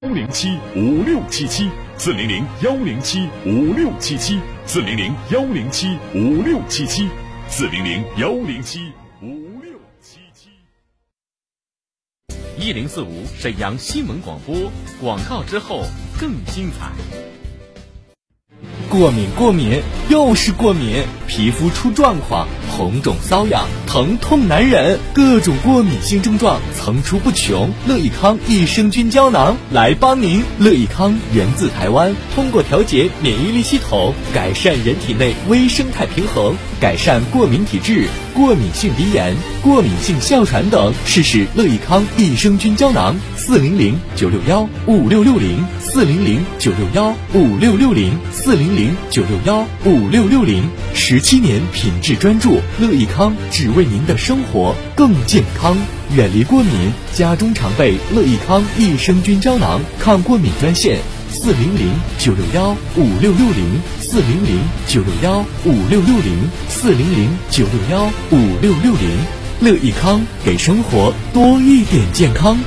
1045沈阳新闻广播，广告之后更精彩。 过敏又是过敏，皮肤出状况，红肿瘙痒，疼痛难忍，各种过敏性症状层出不穷。乐益康益生菌胶囊来帮您。乐益康源自台湾，通过调节免疫力系统，改善人体内微生态平衡，改善过敏体质、过敏性鼻炎、过敏性哮喘等。试试乐益康益生菌胶囊，400-961-5660，400-961-5660，400-961-5660，17年品质专注，乐益康只为您的生活更健康。远离过敏，家中常备乐益康益生菌胶囊，抗过敏专线400-961-5660，400-961-5660，400-961-5660。乐益康给生活多一点健康。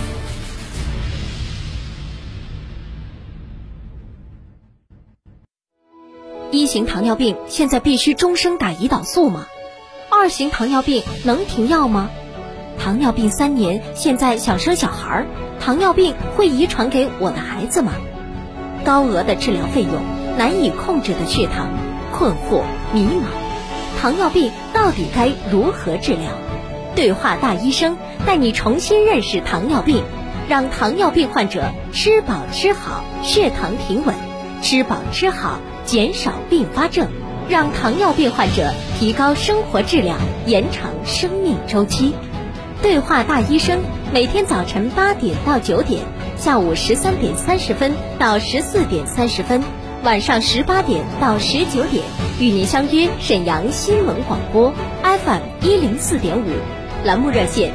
1型糖尿病现在必须终生打胰岛素吗？2型糖尿病能停药吗？糖尿病3年，现在想生小孩，糖尿病会遗传给我的孩子吗？高额的治疗费用，难以控制的血糖，困惑迷茫，糖尿病到底该如何治疗？对话大医生带你重新认识糖尿病，让糖尿病患者吃饱吃好，血糖平稳，吃饱吃好，减少并发症，让糖尿病患者提高生活质量，延长生命周期。对话大医生，每天早晨8点到9点，下午13点30分到14点30分，晚上18点到19点，与您相约沈阳新闻广播 FM 104.5，栏目热线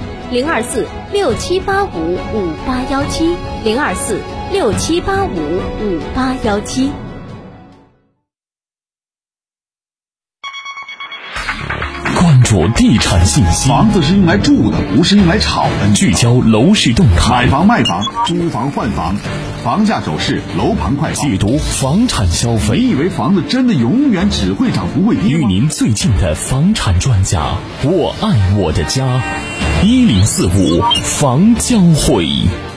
024-6785-5817，024-6785-5817。 关注地产信息， 房子是用来住的，不是用来炒的。 聚焦楼市动态， 买房卖房，租房换房，房价走势，楼盘快报， 解读房产消费。 你以为房子真的永远只会涨不会跌吗？ 与您最近的房产专家，我爱我的家，1045房交会。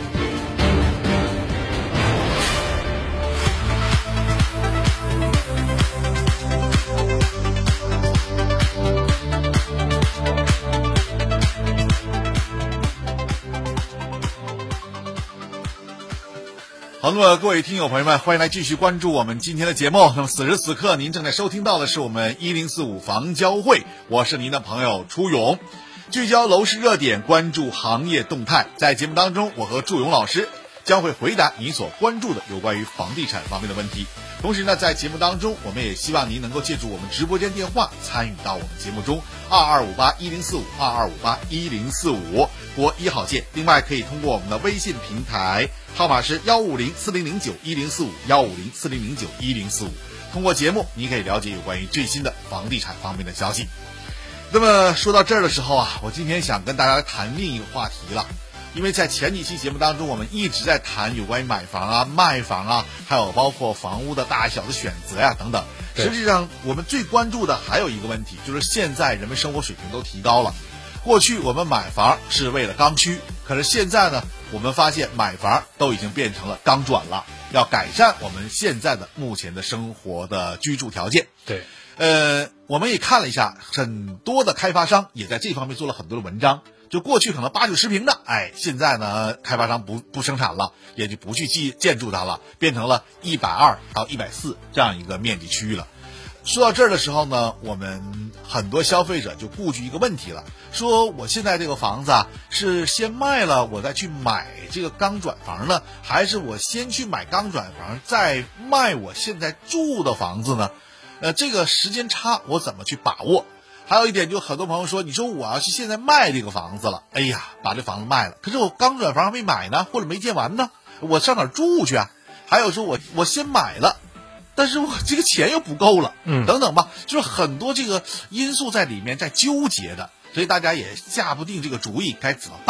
好，那么各位听友朋友们，欢迎来继续关注我们今天的节目。那么此时此刻您正在收听到的是我们1045房交会，我是您的朋友初勇，聚焦楼市热点，关注行业动态。在节目当中，我和祝勇老师将会回答您所关注的有关于房地产方面的问题。同时呢，在节目当中，我们也希望您能够借助我们直播间电话参与到我们节目中，22581045，22581045拨1号键。另外可以通过我们的微信平台，号码是15040091045，15040091045。通过节目，你可以了解有关于最新的房地产方面的消息。那么说到这儿的时候啊，我今天想跟大家谈另一个话题了。因为在前几期节目当中，我们一直在谈有关于买房啊、卖房啊，还有包括房屋的大小的选择呀等等。实际上，我们最关注的还有一个问题，就是现在人们生活水平都提高了。过去我们买房是为了刚需，可是现在呢，我们发现买房都已经变成了刚转了，要改善我们现在的目前的生活的居住条件。 对， 我们也看了一下，很多的开发商也在这方面做了很多的文章。就过去可能8、90平的，现在呢，开发商不生产了，也就不去建筑它了，变成了120到140这样一个面积区域了。说到这儿的时候呢，我们很多消费者就顾虑一个问题了，说我现在这个房子啊，是先卖了我再去买这个刚转房呢，还是我先去买刚转房再卖我现在住的房子呢？这个时间差我怎么去把握？还有一点，就很多朋友说，你说我要是现在卖这个房子了，把这房子卖了，可是我刚转房还没买呢，或者没建完呢，我上哪儿住去啊？还有说我先买了，但是我这个钱又不够了，等等吧，就是很多这个因素在里面在纠结的，所以大家也下不定这个主意该怎么办。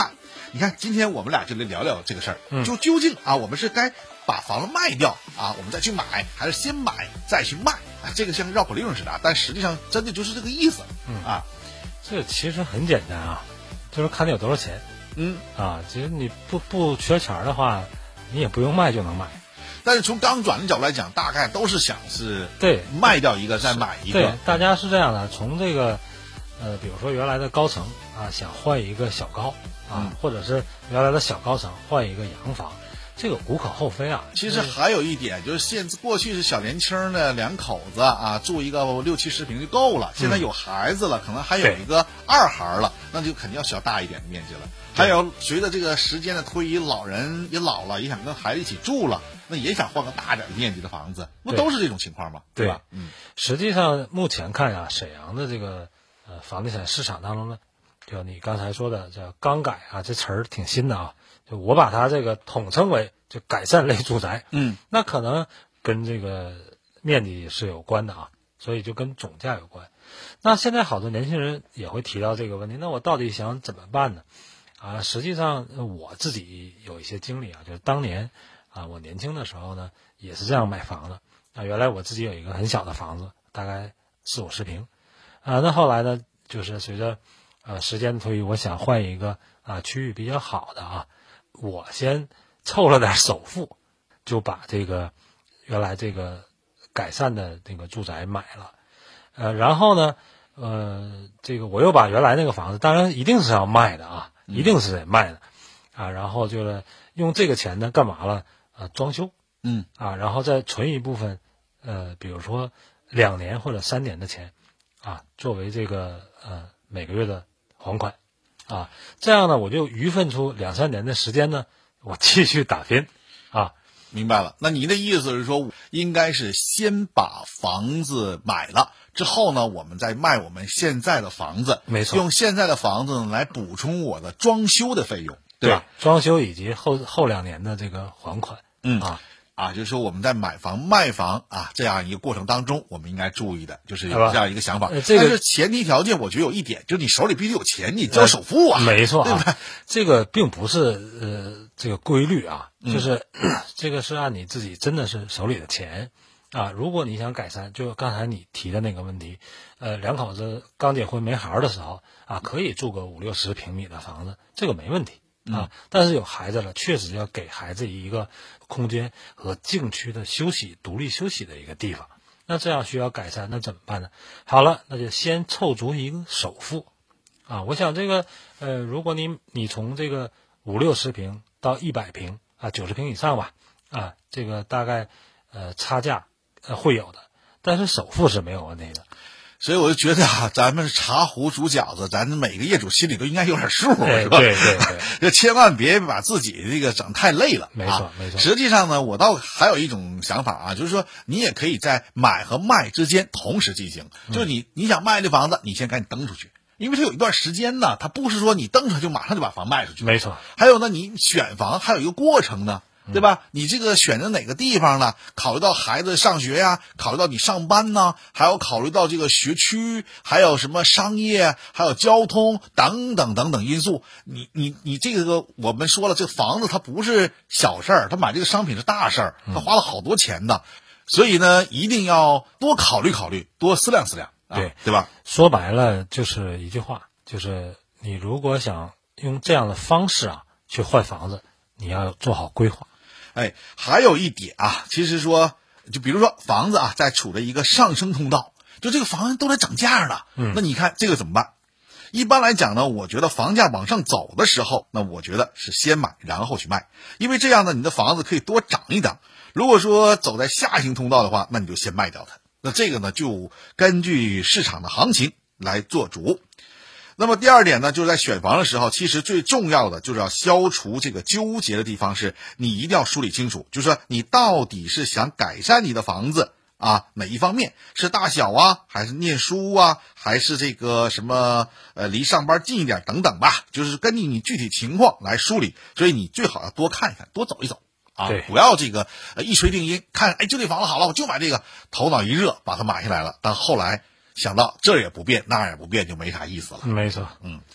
你看今天我们俩就来聊聊这个事儿，就究竟啊，我们是该把房子卖掉啊，我们再去买，还是先买再去卖啊？这个像绕口令似的，但实际上真的就是这个意思啊。 这其实很简单啊，就是看你有多少钱。其实你不缺钱的话，你也不用卖就能买。 但是从刚转的角度来讲，大概都是想是对卖掉一个再买一个。 对，大家是这样的，从这个比如说原来的高层啊，想换一个小高啊，或者是原来的小高层换一个洋房，这个无可厚非啊。 其实还有一点就是过去是小年轻的两口子啊，住一个6、70平就够了。现在有孩子了，可能还有一个二孩了，那就肯定要需要大一点的面积了。还有随着这个时间的推移，老人也老了，也想跟孩子一起住了，那也想换个大点面积的房子，不都是这种情况吗？对吧？ 实际上目前看啊，沈阳的这个房地产市场当中呢，就你刚才说的叫刚改啊，这词儿挺新的啊，就我把它这个统称为就改善类住宅。那可能跟这个面积是有关的啊，所以就跟总价有关。那现在好多年轻人也会提到这个问题，那我到底想怎么办呢？实际上我自己有一些经历啊，就是当年我年轻的时候呢，也是这样买房的。原来我自己有一个很小的房子，大概40、50平。那后来呢，就是随着时间的推移，我想换一个区域比较好的啊，我先凑了点首付，就把这个原来这个改善的那个住宅买了。然后呢，这个我又把原来那个房子，当然一定是要卖的啊，一定是得卖的然后就是用这个钱呢干嘛了？装修，然后再存一部分，比如说2年或者3年的钱作为这个每个月的还款这样呢，我就余分出2、3年的时间呢，我继续打拼明白了。那您的意思是说，应该是先把房子买了之后呢，我们再卖我们现在的房子， 没错， 用现在的房子来补充我的装修的费用，对吧？ 装修以及后2年的这个还款。 就是说我们在买房卖房这样一个过程当中，我们应该注意的就是有这样一个想法。但是前提条件我觉得有一点，就是你手里必须有钱，你交首付没错对吧？ 这个并不是这个规律就是这个是按你自己真的是手里的钱如果你想改善，就刚才你提的那个问题，两口子刚结婚没孩的时候可以住个50、60平米的房子，这个没问题但是有孩子了，确实要给孩子一个空间和静区的休息、独立休息的一个地方。那这样需要改善，那怎么办呢？好了，那就先凑足一个首付我想这个如果你从这个50、60平到100平90平以上吧这个大概差价会有的，但是首付是没有问题的。 所以我就觉得咱们茶壶煮饺子，咱每个业主心里都应该有点数，是吧？ 对， 就千万别把自己这个整太累了。 没错。 实际上呢，我倒还有一种想法就是说你也可以在买和卖之间同时进行。就是你想卖这房子，你先赶紧登出去，因为它有一段时间呢，它不是说你登出来就马上就把房卖出去。 没错。 还有呢，你选房还有一个过程呢。对吧？你这个选择哪个地方呢？考虑到孩子上学呀，考虑到你上班呢，还有考虑到这个学区，还有什么商业，还有交通等等因素。你这个我们说了，这个房子它不是小事儿，他买这个商品是大事儿，他花了好多钱的，所以呢，一定要多考虑考虑，多思量思量，对吧？ 说白了就是一句话，就是你如果想用这样的方式去换房子，你要做好规划。 还有一点其实说，就比如说房子在处着一个上升通道，就这个房子都在涨价了，那你看这个怎么办？一般来讲呢，我觉得房价往上走的时候，那我觉得是先买然后去卖，因为这样呢，你的房子可以多涨一涨。如果说走在下行通道的话，那你就先卖掉它。那这个呢，就根据市场的行情来做主。那么第二点呢，就是在选房的时候，其实最重要的就是要消除这个纠结的地方，是你一定要梳理清楚，就是说你到底是想改善你的房子哪一方面，是大小还是念书还是这个什么离上班近一点等等吧，就是根据你具体情况来梳理。所以你最好要多看一看，多走一走对， 不要这个一锤定音，看就这房子好了，我就买这个，头脑一热把它买下来了，但后来想到这也不变那也不变，就没啥意思了。 没错。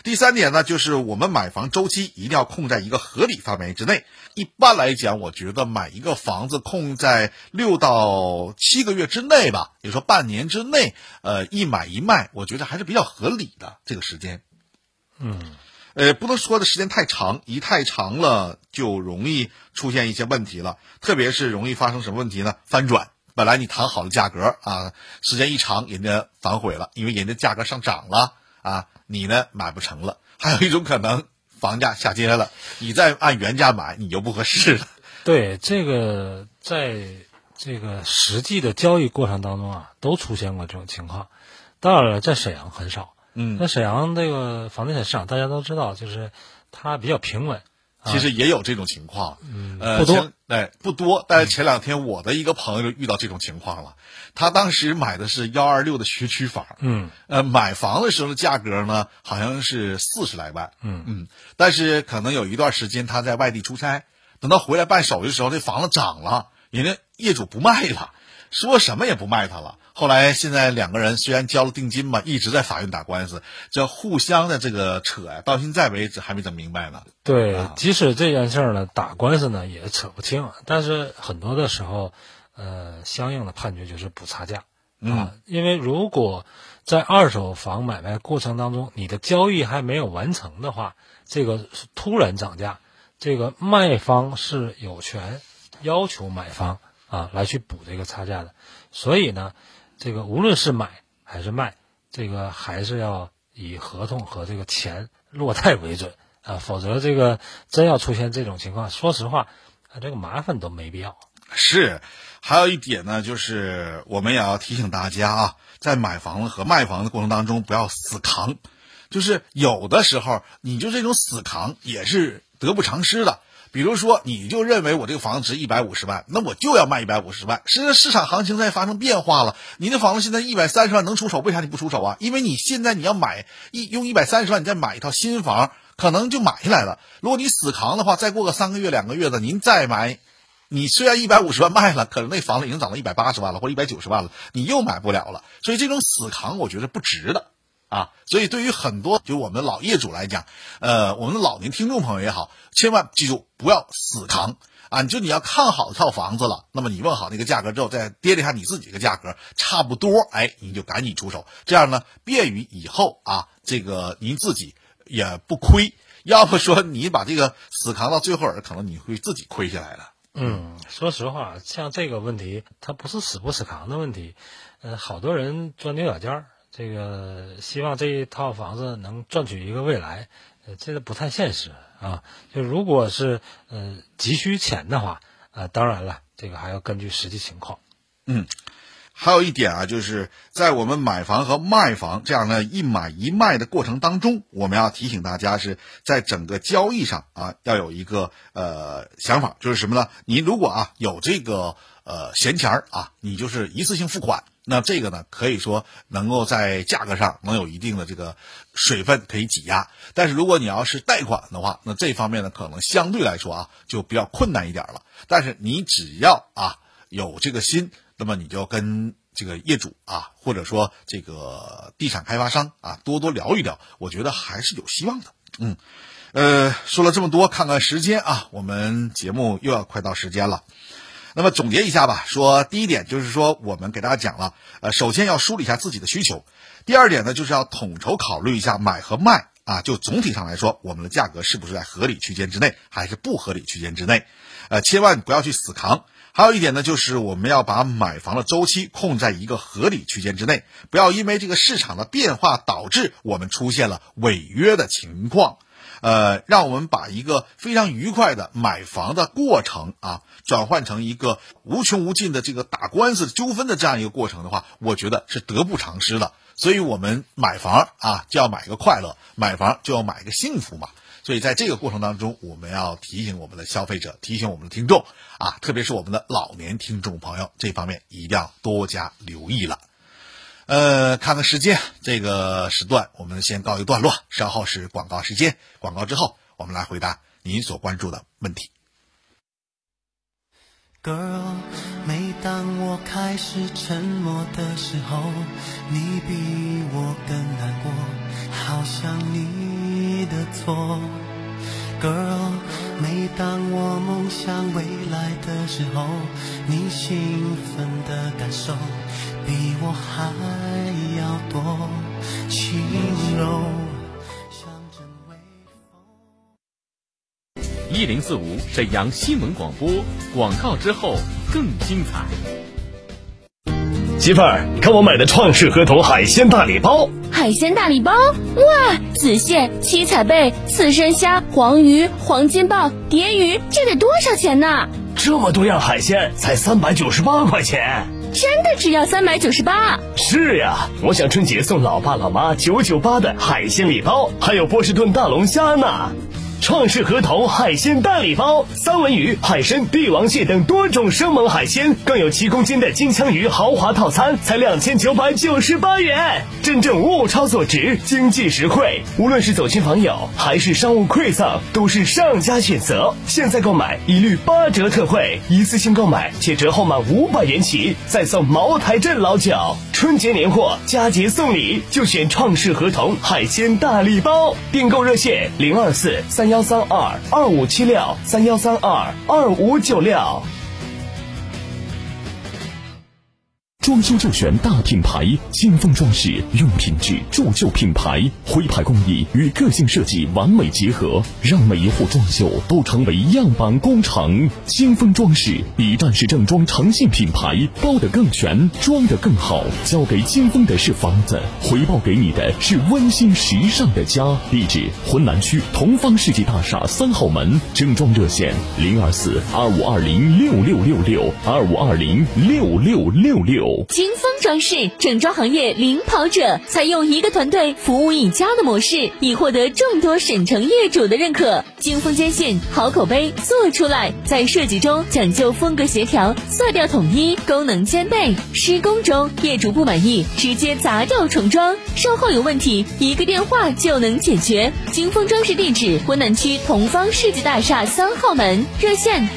第3点呢，就是我们买房周期一定要控在一个合理范围之内。一般来讲，我觉得买一个房子控在6到7个月之内吧，也说半年之内，一买一卖，我觉得还是比较合理的这个时间。不能说的时间太长，一太长了就容易出现一些问题了，特别是容易发生什么问题呢？翻转。本来你谈好的价格啊，时间一长，人家反悔了，因为人家价格上涨了啊，你呢买不成了。还有一种可能，房价下跌了，你再按原价买，你就不合适了。 对，这个在这个实际的交易过程当中啊，都出现过这种情况。当然了，在沈阳很少。那沈阳这个房地产市场大家都知道，就是它比较平稳。 其实也有这种情况， 不多， 不多。但是前2天我的一个朋友就遇到这种情况了，他当时买的是126的学区房，买房的时候的价格呢好像是40来万，但是可能有一段时间他在外地出差，等到回来办手续的时候，这房子涨了，人家业主不卖了，说什么也不卖他了。后来现在2个人虽然交了定金嘛，一直在法院打官司，这互相的这个扯呀，到现在为止还没整明白呢。 对，即使这件事儿呢，打官司呢也扯不清，但是很多的时候，相应的判决就是补差价因为如果在二手房买卖过程当中，你的交易还没有完成的话，这个突然涨价，这个卖方是有权要求买方来去补这个差价的。所以呢，这个无论是买还是卖，这个还是要以合同和这个钱落袋为准否则这个真要出现这种情况，说实话，这个麻烦都没必要。 是，还有一点呢，就是我们也要提醒大家在买房子和卖房的过程当中不要死扛，就是有的时候你就这种死扛也是得不偿失的。比如说，你就认为我这个房子值150万，那我就要卖150万。实际上市场行情在发生变化了，你的房子现在130万能出手，为啥你不出手啊？因为你现在你要用130万你再买一套新房，可能就买下来了。如果你死扛的话，再过个3个月2个月的，您再买，你虽然150万卖了，可能那房子已经涨到180万了或者190万了，你又买不了了。所以这种死扛我觉得不值的。所以对于很多就我们的老业主来讲，我们的老年听众朋友也好，千万记住不要死扛你要看好一套房子了，那么你问好那个价格之后，再跌一下你自己的价格差不多，你就赶紧出手，这样呢便于以后这个您自己也不亏。要不说你把这个死扛到最后可能你会自己亏下来了。 说实话，像这个问题，它不是死不死扛的问题，好多人钻牛角尖儿。这个希望这一套房子能赚取一个未来，这个不太现实就如果是急需钱的话，当然了，这个还要根据实际情况。 还有一点就是在我们买房和卖房这样的一买一卖的过程当中，我们要提醒大家是在整个交易上要有一个想法，就是什么呢？你如果有这个闲钱你就是一次性付款。那这个呢，可以说能够在价格上能有一定的这个水分可以挤压，但是如果你要是贷款的话，那这方面呢可能相对来说就比较困难一点了。但是你只要有这个心，那么你就跟这个业主或者说这个地产开发商多多聊一聊，我觉得还是有希望的。说了这么多，看看时间我们节目又要快到时间了。那么总结一下吧，说第一点就是说我们给大家讲了，首先要梳理一下自己的需求。第二点呢，就是要统筹考虑一下买和卖就总体上来说，我们的价格是不是在合理区间之内，还是不合理区间之内，千万不要去死扛。还有一点呢，就是我们要把买房的周期控在一个合理区间之内，不要因为这个市场的变化导致我们出现了违约的情况。让我们把一个非常愉快的买房的过程转换成一个无穷无尽的这个打官司纠纷的这样一个过程的话，我觉得是得不偿失的。所以我们买房就要买一个快乐，买房就要买一个幸福嘛。所以在这个过程当中，我们要提醒我们的消费者，提醒我们的听众特别是我们的老年听众朋友，这方面一定要多加留意了。看看时间，这个时段我们先告一段落，稍后是广告时间，广告之后我们来回答您所关注的问题。 Girl， 每当我开始沉默的时候，你比我更难过，好像你的错。Girl， 每当我梦想未来的时候，你兴奋的感受比我还要多，轻柔像阵微 1045 风。 沈阳新闻广播，广告之后更精彩。 媳妇儿，看我买的创世合同海鲜大礼包。 海鲜大礼包，哇，紫蟹、七彩贝、刺身虾、黄鱼、黄金鲍、蝶鱼，这得多少钱呢？ 这么多样海鲜才398块钱。 真的只要398？ 是呀，我想春节送老爸老妈998的海鲜礼包，还有波士顿大龙虾呢。创世合同海鲜大礼包，三文鱼、海参、帝王蟹等多种生猛海鲜，更有7公斤的金枪鱼豪华套餐，才2998元，真正物超所值，经济实惠。无论是走亲访友还是商务馈赠，都是上佳选择。现在购买一律8折特惠，一次性购买且折后满500元起，再送茅台镇老酒。春节年货，佳节送礼，就选创世合同海鲜大礼包。订购热线024-3132-2576，3132-2596。 装修就选大品牌，金凤装饰，用品质铸就品牌，徽派工艺与个性设计完美结合，让每一户装修都成为样板工程。金凤装饰一站式正装诚信品牌，包得更全，装得更好。交给金凤的是房子，回报给你的是温馨时尚的家。地址：浑南区同方世纪大厦3号门。正装热线：024-2520-6666，2520-6666。 金风装饰，整装行业领跑者，采用一个团队服务一家的模式，已获得众多省城业主的认可。金风坚信好口碑做出来，在设计中讲究风格协调，色调统一，功能兼备。施工中业主不满意，直接砸掉重装，售后有问题一个电话就能解决。金风装饰地址：浑南区同方世纪大厦3号门，热线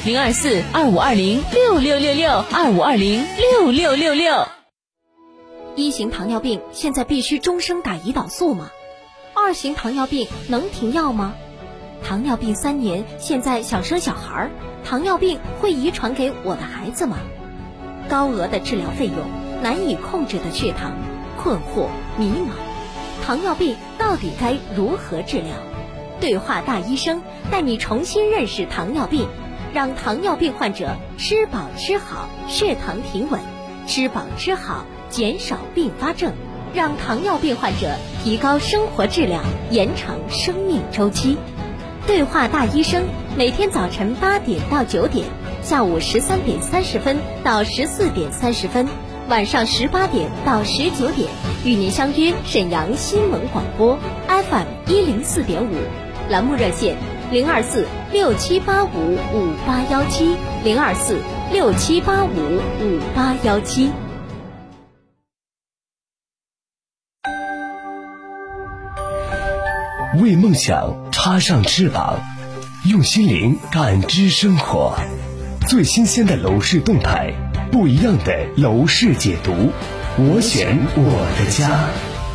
024-2520-6666，2520-6666。 1型糖尿病现在必须终生打胰岛素吗？2型糖尿病能停药吗？糖尿病3年，现在想生小孩，糖尿病会遗传给我的孩子吗？高额的治疗费用，难以控制的血糖，困惑迷茫，糖尿病到底该如何治疗？对话大医生带你重新认识糖尿病，让糖尿病患者吃饱吃好，血糖平稳，吃饱吃好，减少并发症，让糖尿病患者提高生活质量，延长生命周期。对话大医生，每天早晨8点到9点，下午13点30分到14点30分，晚上18点到19点，与您相约沈阳新闻广播 FM 104.5，栏目热线024-6785-5817，024-6785-5817。 为梦想插上翅膀，用心灵感知生活。最新鲜的楼市动态，不一样的楼市解读，我选我的家。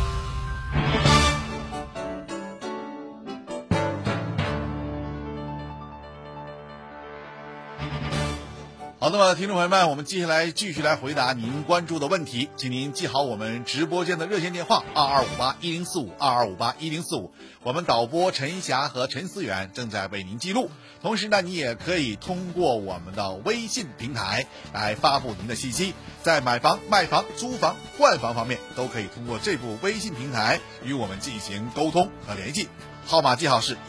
好，那么听众朋友们，我们接下来继续来回答您关注的问题，请您记好我们直播间的热线电话2258-1045，2258-1045，我们导播陈霞和陈思远正在为您记录。同时呢，你也可以通过我们的微信平台来发布您的信息，在买房、卖房、租房、换房方面，都可以通过这部微信平台与我们进行沟通和联系。号码记号是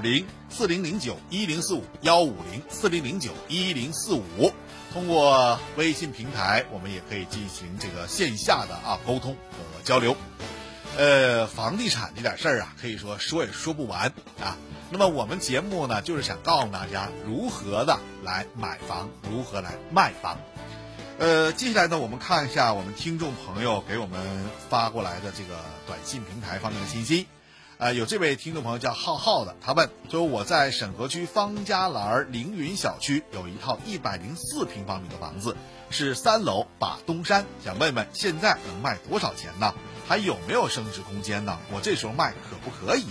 150-4009-1045，150-4009-1045。通过微信平台，我们也可以进行这个线下的沟通和交流。房地产这点事儿可以说也说不完啊。那么我们节目呢，就是想告诉大家如何的来买房，如何来卖房。接下来呢，我们看一下我们听众朋友给我们发过来的这个短信平台方面的信息。有这位听众朋友叫浩浩的，他问说，我在沈河区方家栏凌云小区有一套104平方米的房子，是3楼把东山，想问问现在能卖多少钱呢？还有没有升值空间呢？我这时候卖可不可以啊？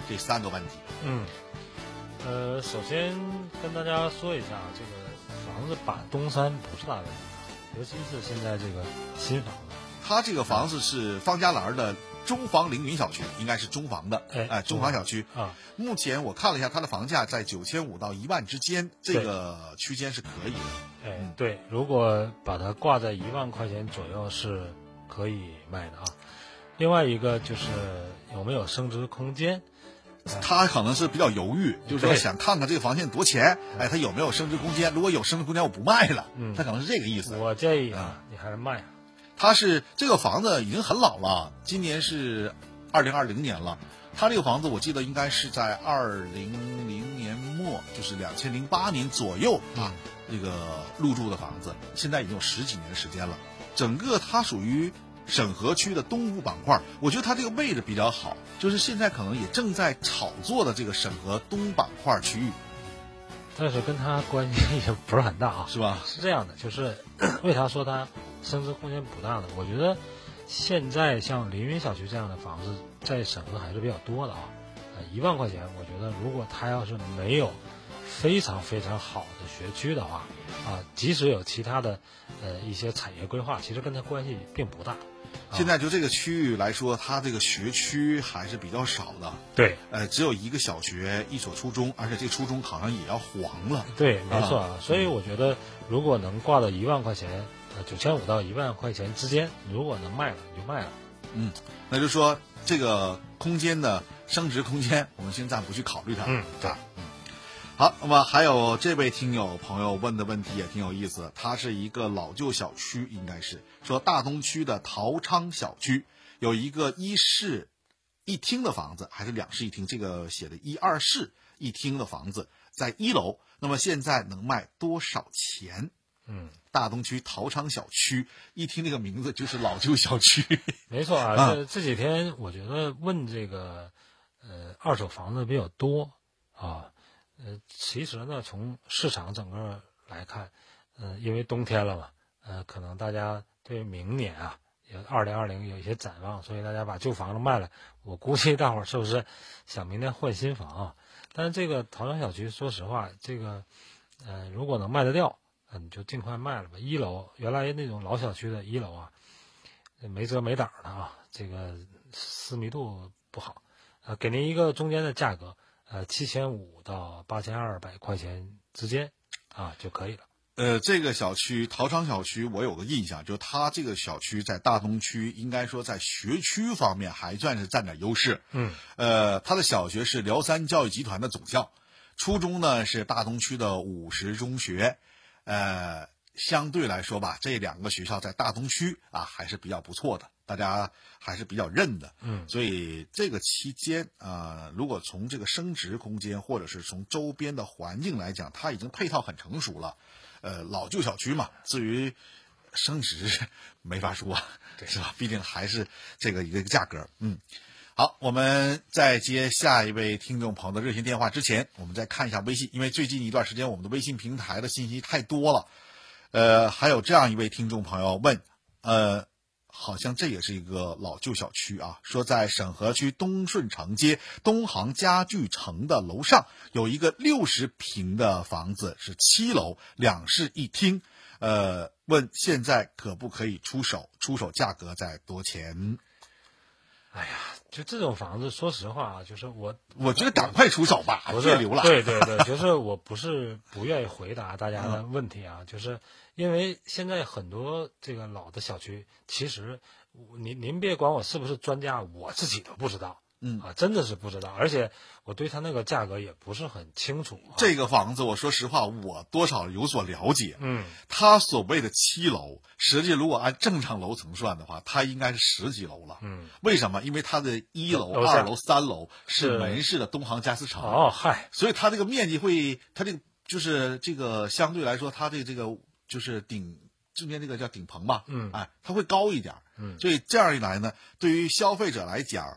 这3个问题。 首先跟大家说一下，这个房子把东山不是大问题，尤其是现在这个新房子。 它这个房子是方家栏的中房凌云小区，应该是中房的，中房小区啊。 目前我看了一下，它的房价在9500到1万之间，这个区间是可以的。 对，如果把它挂在1万块钱左右是可以卖的啊。另外一个就是有没有升值空间。 他可能是比较犹豫，就是说想看看这个房现在多钱，它有没有升值空间？如果有升值空间，我不卖了。他可能是这个意思。 我建议你还是卖。 它是这个房子已经很老了，今年是2020年了。它这个房子我记得应该是在2000年末，就是2008年左右这个入住的房子，现在已经有10几年的时间了。整个它属于沈河区的东部板块，我觉得它这个位置比较好，就是现在可能也正在炒作的这个沈河东板块区域， 但是跟它关系也不是很大啊， 是吧？ 是这样的，就是为啥说它升值空间不大呢？我觉得现在像凌云小区这样的房子在沈河还是比较多的啊。1万块钱，我觉得如果它要是没有非常非常好的学区的话即使有其他的一些产业规划，其实跟它关系并不大。 现在就这个区域来说，它这个学区还是比较少的。 对， 只有一个小学，1所初中，而且这个初中好像也要黄了。 对，没错所以我觉得如果能挂到1万块钱，9500到1万块钱之间，如果能卖了你就卖了。 那就说这个空间的升值空间，我们先暂不去考虑它。 对。 好，那么还有这位听友朋友问的问题也挺有意思，它是一个老旧小区，应该是说大东区的陶昌小区有一个1室1厅的房子，还是2室1厅，这个写的1、2室1厅的房子在1楼，那么现在能卖多少钱？大东区陶昌小区，一听这个名字就是老旧小区。 没错这几天我觉得问这个二手房子比较多其实呢，从市场整个来看，因为冬天了嘛，可能大家对明年有2020有一些展望，所以大家把旧房子卖了。我估计大伙儿是不是想明年换新房但是这个陶昌小区，说实话，这个如果能卖得掉，你就尽快卖了吧。1楼原来那种老小区的1楼没遮没挡的这个私密度不好给您一个中间的价格。7500到8200块钱之间就可以了。 这个小区陶昌小区，我有个印象，就是它这个小区在大东区，应该说在学区方面还算是占点优势。它的小学是辽三教育集团的总校，初中呢是大东区的50中学。相对来说吧，这2个学校在大东区还是比较不错的，大家还是比较认的。所以这个期间如果从这个升值空间或者是从周边的环境来讲，它已经配套很成熟了。老旧小区嘛，至于升值没法说，是吧？毕竟还是这个一个价格。好，我们在接下一位听众朋友的热线电话之前，我们再看一下微信，因为最近一段时间我们的微信平台的信息太多了。还有这样一位听众朋友问，好像这也是一个老旧小区说在沈河区东顺城街东航家具城的楼上有一个60平的房子，是7楼2室1厅，问现在可不可以出手价格在多钱？ 哎呀，就这种房子，说实话就是我觉得赶快出手吧，别留了。 对，就是我不是不愿意回答大家的问题就是因为现在很多这个老的小区，其实您别管我是不是专家，我自己都不知道。真的是不知道，而且我对他那个价格也不是很清楚。 这个房子，我说实话，我多少有所了解。他所谓的7楼，实际如果按正常楼层算的话，它应该是10几楼了。为什么？因为它的1楼、2楼、3楼是门市的东航家私城。所以它这个面积会，它这个就是这个相对来说，它的这个就是中间这个叫顶棚吧。它会高一点。所以这样一来呢，对于消费者来讲，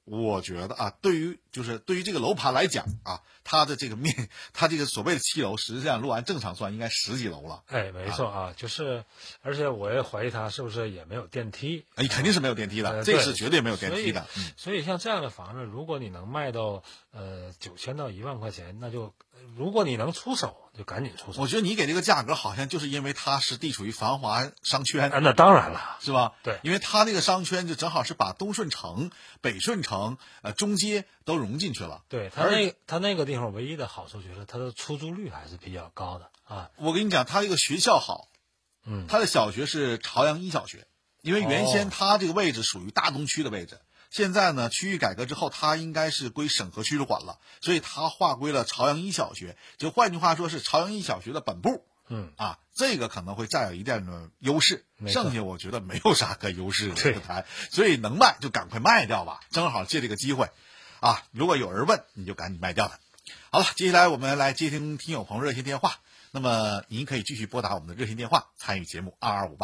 我觉得啊，对于这个楼盘来讲啊，它的这个它这个所谓的7楼，实际上如果按正常算，应该10几楼了。 哎，没错啊，而且我也怀疑它是不是也没有电梯？ 哎，肯定是没有电梯的，这是绝对没有电梯的。 所以像这样的房子，如果你能卖到9000到1万块钱，那就如果你能出手，就赶紧出手。 我觉得你给这个价格，好像就是因为它是地处于繁华商圈。 那当然了， 是吧？ 对， 因为它那个商圈就正好是把东顺城、北顺城、中街都融进去了。 对，它那个地方唯一的好处就是它的出租率还是比较高的啊。 我跟你讲，它这个学校好，它的小学是朝阳一小学，因为原先它这个位置属于大东区的位置。现在呢，区域改革之后，它应该是归省河区管了，所以它划归了朝阳一小学。就换句话说，是朝阳一小学的本部。这个可能会占有一定的优势，剩下我觉得没有啥可优势的这个台，所以能卖就赶快卖掉吧，正好借这个机会，啊，如果有人问，你就赶紧卖掉它。好了，接下来我们来接听听友朋友热线电话。那么您可以继续拨打我们的热线电话参与节目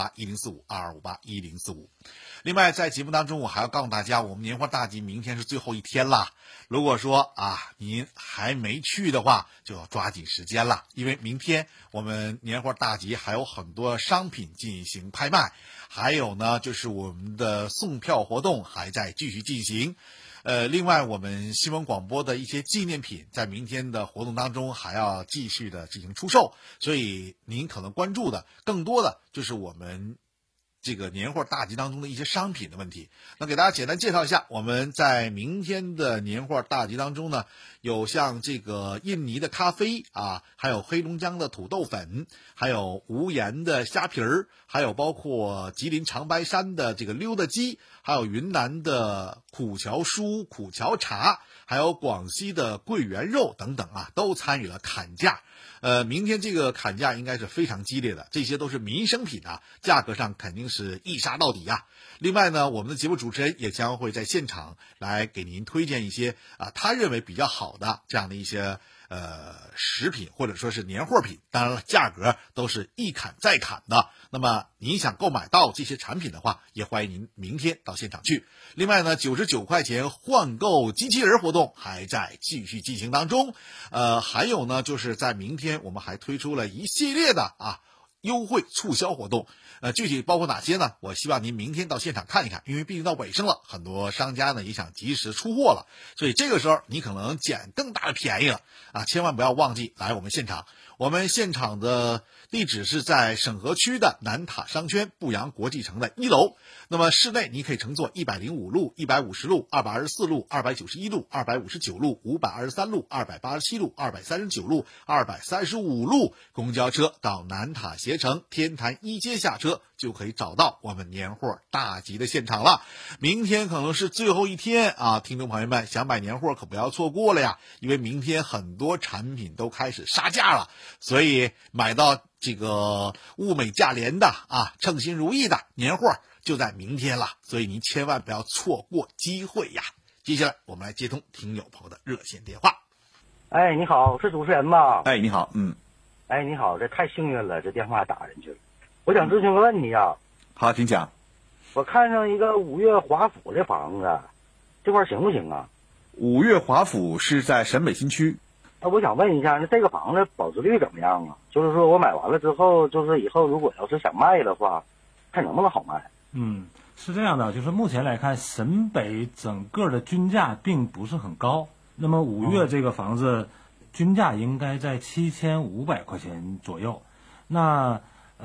22581045，22581045。另外在节目当中我还要告诉大家，我们年货大集明天是最后一天啦。如果说您还没去的话，就要抓紧时间了，因为明天我们年货大集还有很多商品进行拍卖，还有呢就是我们的送票活动还在继续进行。另外我们新闻广播的一些纪念品在明天的活动当中还要继续的进行出售，所以您可能关注的更多的就是我们这个年货大集当中的一些商品的问题。那给大家简单介绍一下，我们在明天的年货大集当中呢，有像这个印尼的咖啡还有黑龙江的土豆粉，还有无盐的虾皮儿，还有包括吉林长白山的这个溜达鸡，还有云南的苦荞酥、苦荞茶，还有广西的桂圆肉等等都参与了砍价。明天这个砍价应该是非常激烈的，这些都是民生品价格上肯定是一杀到底另外呢，我们的节目主持人也将会在现场来给您推荐一些他认为比较好的这样的一些食品或者说是年货品，当然了，价格都是一砍再砍的。那么您想购买到这些产品的话，也欢迎您明天到现场去。另外呢，99块钱换购机器人活动还在继续进行当中。还有呢，就是在明天我们还推出了一系列的优惠促销活动。具体包括哪些呢？我希望您明天到现场看一看，因为毕竟到尾声了，很多商家呢也想及时出货了，所以这个时候你可能捡更大的便宜了千万不要忘记来我们现场。我们现场的地址是在省河区的南塔商圈步阳国际城的1楼。那么室内你可以乘坐105路、150路、224路、291路、259路、523路、287路、239路、235路公交车到南塔携程天坛一街下车，就可以找到我们年货大集的现场了。明天可能是最后一天听众朋友们想买年货可不要错过了呀，因为明天很多产品都开始杀价了，所以买到这个物美价廉的称心如意的年货就在明天了，所以您千万不要错过机会呀。接下来我们来接通听友朋友的热线电话。 哎，你好，是主持人吗？ 哎，你好， 哎，你好，这太幸运了，这电话打进去了。我想咨询个问题好，请讲。 我看上一个五岳华府的房子，这块行不行啊？ 五岳华府是在沈北新区。 我想问一下，那这个房子保值率怎么样啊？就是说我买完了之后，就是以后如果要是想卖的话，看能不能好卖？ 是这样的，就是目前来看，沈北整个的均价并不是很高。那么五岳这个房子均价应该在7500块钱左右。那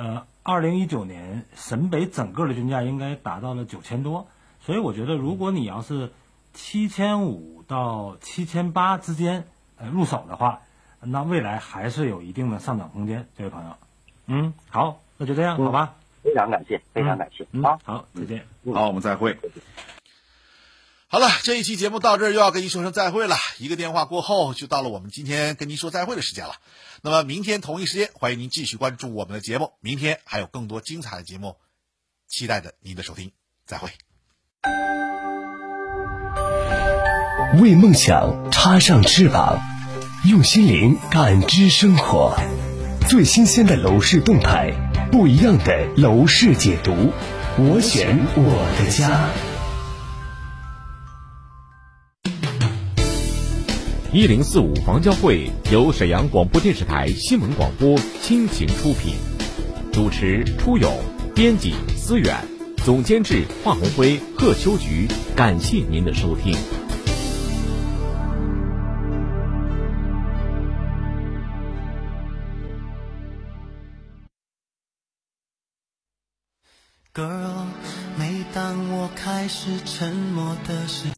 2019年沈北整个的均价应该达到了9000多，所以我觉得如果你要是7500到7800之间入手的话，那未来还是有一定的上涨空间，这位朋友。好，那就这样，好吧？ 非常感谢，非常感谢。 好，再见。 好，我们再会。 好了，这一期节目到这儿又要跟您说声再会了。一个电话过后，就到了我们今天跟您说再会的时间了。那么明天同一时间，欢迎您继续关注我们的节目。明天还有更多精彩的节目，期待着您的收听。再会。 为梦想插上翅膀，用心灵感知生活。最新鲜的楼市动态，不一样的楼市解读，我选我的家。 1045房交会由沈阳广播电视台新闻广播倾情出品，主持出友，编辑思远，总监制华红辉、贺秋菊。感谢您的收听。 Girl， 每当我开始沉默的时候。